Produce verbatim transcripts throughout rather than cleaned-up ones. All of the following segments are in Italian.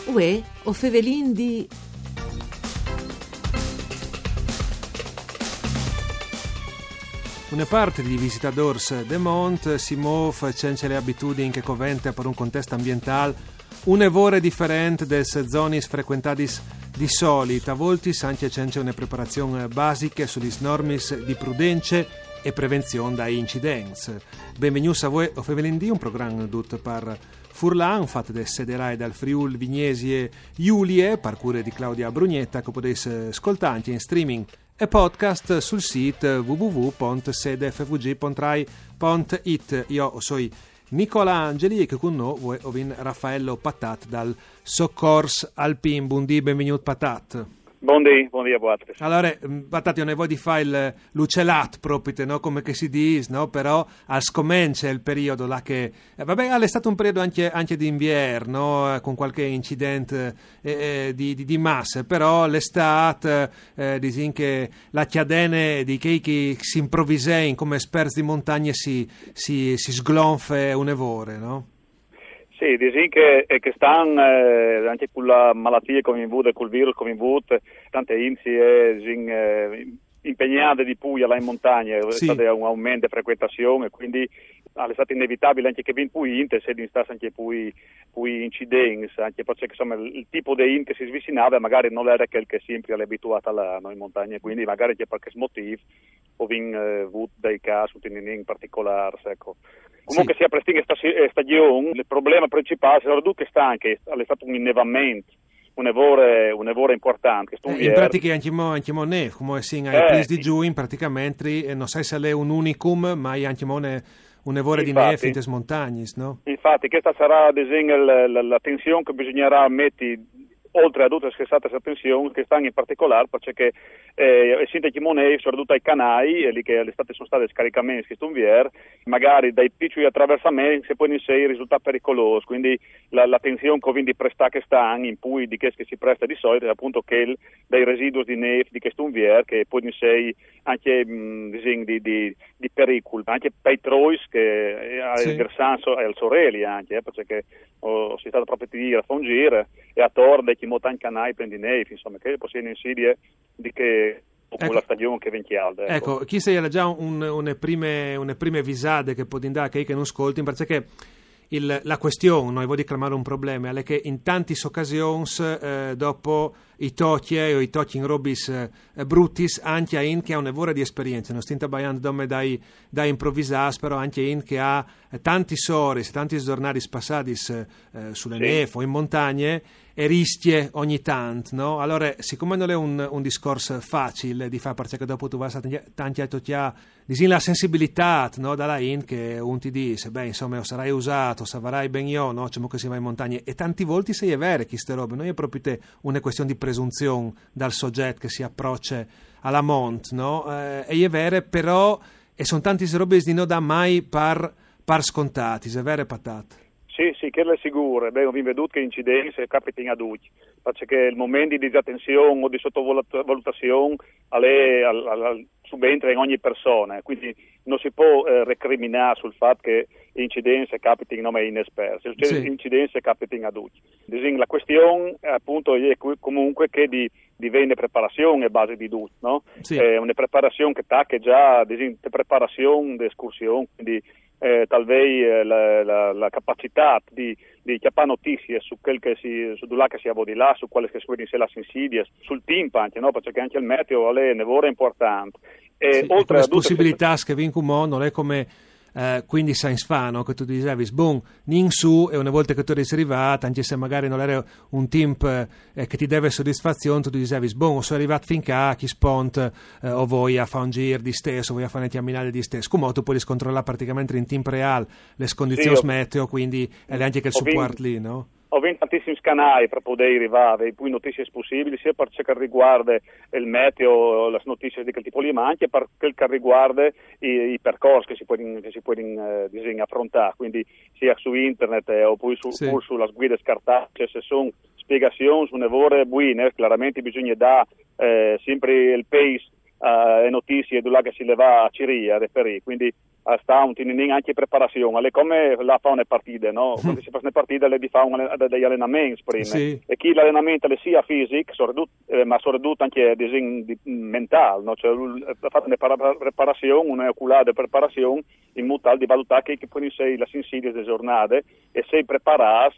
Uè, o fevelin di... Una parte di visitadors de Mont si muove senza le abitudini che covente per un contesto ambientale un'evore differente delle zone frequentate di solito, a volte anche senza una preparazione basica sulle norme di prudenza e prevenzione da incidenti. Benvenuti a voi, o Fevelindì, un programma tutto per Furlan, fatto da Sederai dal Friul Vignesi e Giulie, per cura di Claudia Brugnetta, che potete ascoltare anche in streaming e podcast sul sito w w w punto sedefvg punto rai punto it. Io sono Nicola Angeli e che con noi voi ovin Raffaello Patat dal Soccorso Alpin. Buondì, benvenuto Patat. Buondì, buondì a voi. Allora, Patat, io ne voglio fare il l'ucelat proprio, no? Come che si dice, no? Però al scomincia il periodo là che... Eh, vabbè, è stato un periodo anche, anche di inverno, eh, con qualche incidente eh, di, di, di massa, però l'estate, eh, disin che la chiadene di chi che si improvvisei come esperti di montagne si, si, si sglonfe un'evore, no? Sì, disin che, che stanno eh, anche con la malattia come in vud e col virus come in vud, tante inzi e sin, eh, impegnate di più là in montagna, sì. È stato un aumento di frequentazione e quindi è stato inevitabile anche che vi poi int se di stare anche poi poi incidenti, anche perché insomma il tipo di int che si svicinava magari non era quel che sempre è abituato là no, in montagna, quindi magari c'è qualche motivo o vin eh, avuto dei casi in particolare, ecco. Comunque sì. Sia per questa stagione, il problema principale è che sta anche è stato un innevamento, un evore, un evore importante. Eh, in pratica anche mo, anche mo ne, come si in ai eh, di giù, praticamente eh, non sai se è un unicum, ma è anche mo ne, un evore infatti, di neve in queste montagne, no? Infatti, questa sarà ad esempio la, la, la tensione che bisognerà mettere oltre a tutte queste attenzioni che stanno in particolare perché eh, essendo che Monei sono ridotte ai canali e lì che l'estate sono state scaricamenti che stonvier magari dai piccoli attraversamenti se poi in sé risulta pericoloso, quindi la, la tensione che quindi presta che stanno in cui di che si presta di solito è appunto che dai residui di neve di che stonvier che poi in sé anche mh, di, di, di pericolo anche per i trois che è sì. Il senso e al sorelli anche eh, perché oh, si è stato proprio di dire a fungire e a torde chi montagne canai prendi neve insomma che possiedono insidie di che ecco. La stagione che venti alta ecco. Ecco chi sei già un, une prime une prime visate che può indicare che non ascolti perché il, la questione noi voglio chiamare un problema è che in tante occasioni eh, dopo i tocchi o i tocchi in robis eh, bruttis anche in che ha un'evora di esperienza non stinta baiando dome dai, dai improvvisas però anche in che ha eh, tanti soris tanti giornali passati eh, sulle sì. Neve o in montagne e rischie ogni tanto, no? Allora, siccome non è un, un discorso facile di fare, perché dopo tu vai a tanti altri ti ha la sensibilità, no? Dalla in che un ti dice, beh, insomma, o sarai usato, o sarai ben io, no? C'è mo che si va in montagna. E tanti volti sei è vero che queste robe, non è proprio te una questione di presunzione dal soggetto che si approccia alla mont, no? Eh, e è vero, però, e sono tanti robe di non da mai par, par scontati, è vero patate. Sì, sì, che è sicuro. Beh, ho veduto che incidenti capitano a tutti, perché il momento di disattenzione o di sottovalutazione alle, al, al, subentra in ogni persona, quindi non si può eh, recriminare sul fatto che incidenti capitano a inesperti, sì. Incidenti capitano a tutti. La questione appunto è comunque che di divenne preparazione a base di tutto, no? Sì. È una preparazione che sta che già di preparazione di escursione, quindi eh, talvez eh, la, la, la capacità di di chiappare notizie su quel che si su là che si avvodi là, su quelle che sono le insidie, sul tempo anche, no? Perché anche il meteo è un'evore importante. E sì, oltre e a possibilità che vincono non è come Uh, quindi science fan, no? Che tu dicevi, boom, nin su e una volta che tu eri arrivato, anche se magari non era un team eh, che ti deve soddisfazione, tu dicevi, boom, sono arrivato finché chi spont eh, o vuoi a fare un giro di stesso, o vuoi a fare una camminata di stesso, come tu puoi controllare praticamente in tempo reale le condizioni sì, meteo, quindi è anche che il supporto lì, no? Ho vinto tantissimi canali per poter arrivare più notizie possibili, sia per ciò che riguarda il meteo, le notizie di quel tipo lì, ma anche per quel che riguarda i, i percorsi che si possono che si possono eh, affrontare, quindi sia su internet eh, oppure su, sì. Sulle guide scartate, se sono spiegazioni su nevore buone, chiaramente bisogna dare eh, sempre il pace eh, e notizie di là che si leva a Ciria, a referire, quindi sta un tininin anche preparazione, le come la fa una partita, no? Quando si fa una partita le di fa un, degli allenamenti prima, sì. E chi l'allenamento le sia fisico, eh, ma soprattutto anche disin, di, mentale, no? Cioè ha fatto una preparazione, una oculare preparazione in modo tale di valutare che, che poi sei la sinsidia delle giornate e sei preparato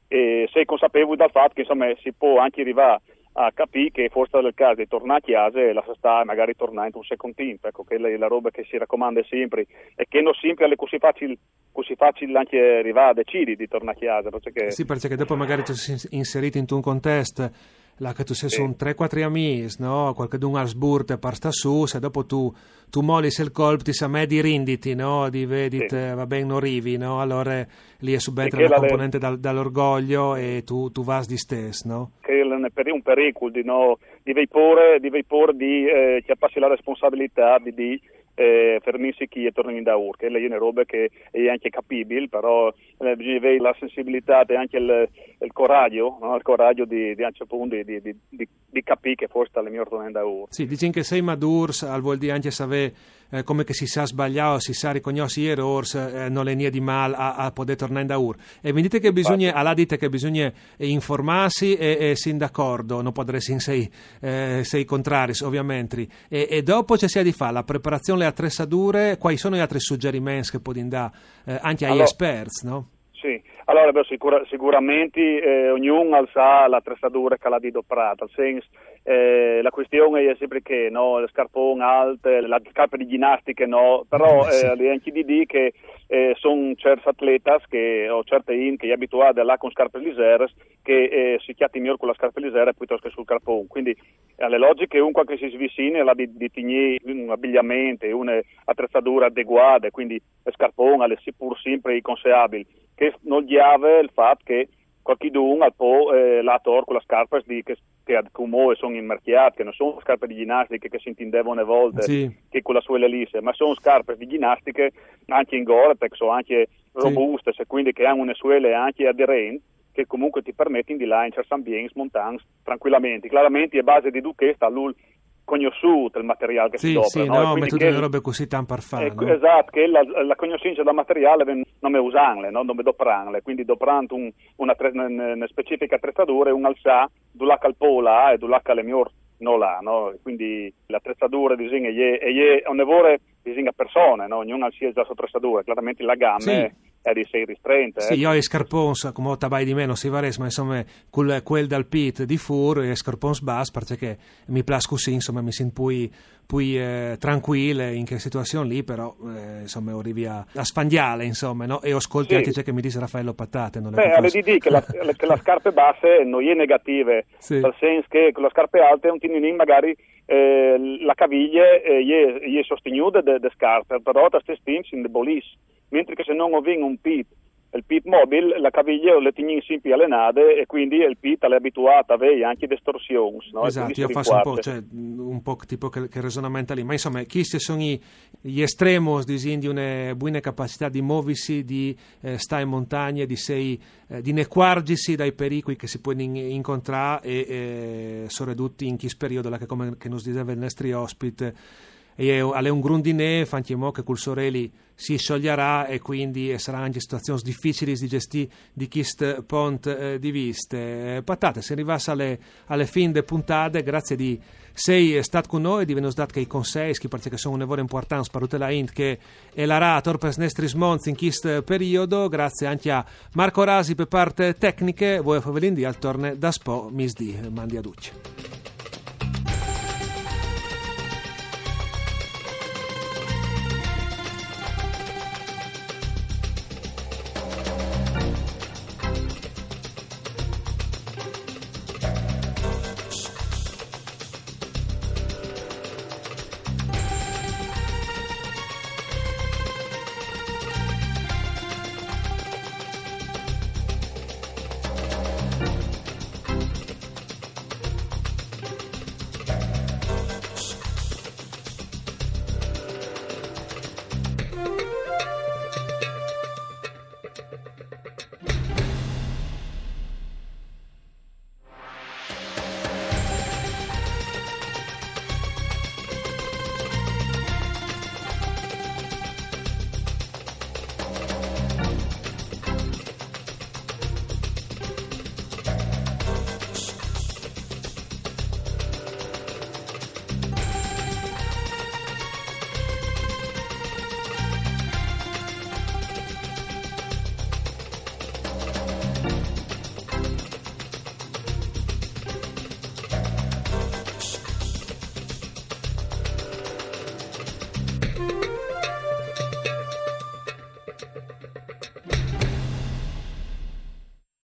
e sei consapevole del fatto che insomma si può anche arrivare a capire che forse nel caso di tornare a casa e la sta magari tornare in un second team, ecco, che è la roba che si raccomanda sempre e che non sempre è così facile, così facile anche arrivare a decidere di tornare a casa. Perché... Sì, perché dopo magari tu sei inserito in un contesto là che tu sei su un tre quattro amici, no? Qualcuno al sburte per sta su, se dopo tu, tu molli il colpo, ti sa me di rinditi, no? Di vedit, sì. Va bene, non arrivi, no? Allora lì è subentra la componente le... dal, dall'orgoglio e tu, tu vas di stesso, no? Che è un pericolo di no, di vapore, di vapore di eh, che passi la responsabilità di, di eh, fermarsi chi è tornato in da ur, che è una roba che è anche capibile, però eh, bisogna avere la sensibilità e anche il, il coraggio, no? Il coraggio di, di, di, di, di, di, di capire che forse è miglior tornare in da ur. Sì, dici che sei maduro, vuol dire anche sapere eh, come che si sa sbagliare, si sa riconoscere gli errori, eh, non le nie di male a, a poter tornare in da ur. E mi dite che bisogna, alla dite che bisogna informarsi e, e sin d'accordo, non potresti in sei, eh, sei contrari ovviamente. E, e dopo c'è sia di fare la preparazione, le attrezzature, quali sono gli altri suggerimenti che può dare eh, anche agli allora, esperti, no? Sì, allora beh, sicura, sicuramente eh, ognuno alza l'attrezzatura che l'ha di doprata, nel senso eh, la questione è sempre che no, le scarpone alte, le scarpe di ginnastiche no, però eh, sì. eh, anche di dire che eh, sono certi atleti che, o certe in che è abituati a là con scarpe leggere che eh, si chiatti meglio con la scarpa leggera piuttosto che sul carpone, quindi alle logiche un che si svicina la di, di tenere un abbigliamento, un'attrezzatura adeguata, quindi le scarpone alle si pur sempre consigliabili, che non diave il fatto che qualcuno al po' eh, la tor con le scarpe di, che, che come sono inmarchiate, che non sono scarpe di ginnastiche che si intendevano a volte sì. Che con la sua elise, ma sono scarpe di ginnastiche anche in Gore-Tex o anche robuste, sì. Quindi che hanno una suole anche aderenti che comunque ti permettono di là in certi ambienti montani tranquillamente. Chiaramente è base di Duché sta l'ul conosciuto il materiale che sì, si dopra. Sì, no, no, ma tutte le robe così tan per fare. Ecco, no? Esatto, che la, la conoscenza del materiale non mi usanle, no? Non mi dopranle, quindi doprando un, una, una, una specifica attrezzatura, un alza, dulac al pola e dulac alle miglior non là, no? Quindi l'attrezzatura disegna è un lavoro disegna persone, no? Ognuno ha sia già sua attrezzatura, chiaramente la gamma sì. È, è di sei ristrente. Sì, eh. io ho i scarpons, come tabai di meno, si vares, ma insomma, quel, quel dal pit di fur e scarpons bas, perché mi piace così, insomma, mi sento poi, poi eh, tranquille in che situazione lì, però, eh, insomma, arrivi a, a sfandiale, insomma, no? E ascolti sì. Anche c'è che mi dice Raffaello Patate. Non Beh, alle di di che, la, che le scarpe basse non è negative, sì. Nel senso che con le scarpe alte un tininin magari eh, la caviglia eh, è sostenuta da scarpe, però da stessi team si indebolisce. Mentre che se non ho vinto un pit, il pit mobile, la caviglia le tieni sempre allenate e quindi il pit è abituato a avere anche distorsioni. No? Esatto, io faccio un po', cioè, un po' tipo che, che ragionamento lì, ma insomma, chi sono gli, gli estremos di una buona capacità di muoversi, di eh, stare in montagna, di, sei, eh, di nequargisi dai pericoli che si possono in, incontrare e eh, soprattutto in questo periodo, là, che come che nos diceva il nostro ospite, e alle un grundinè fanno che col sorelli si scioglierà e quindi saranno anche situazioni difficili di gestire di questo punto eh, di vista. Eh, patate, se arrivasse alle, alle fine delle puntate, grazie di sei stato con noi, di venire dato che i consigli, perché sono un lavoro importante per tutta la Int che è la Rator per i nostri smonzi in questo periodo, grazie anche a Marco Rasi per parte tecniche, voi a Favelindi al torne da Spo, misdi, mandi a Ducci.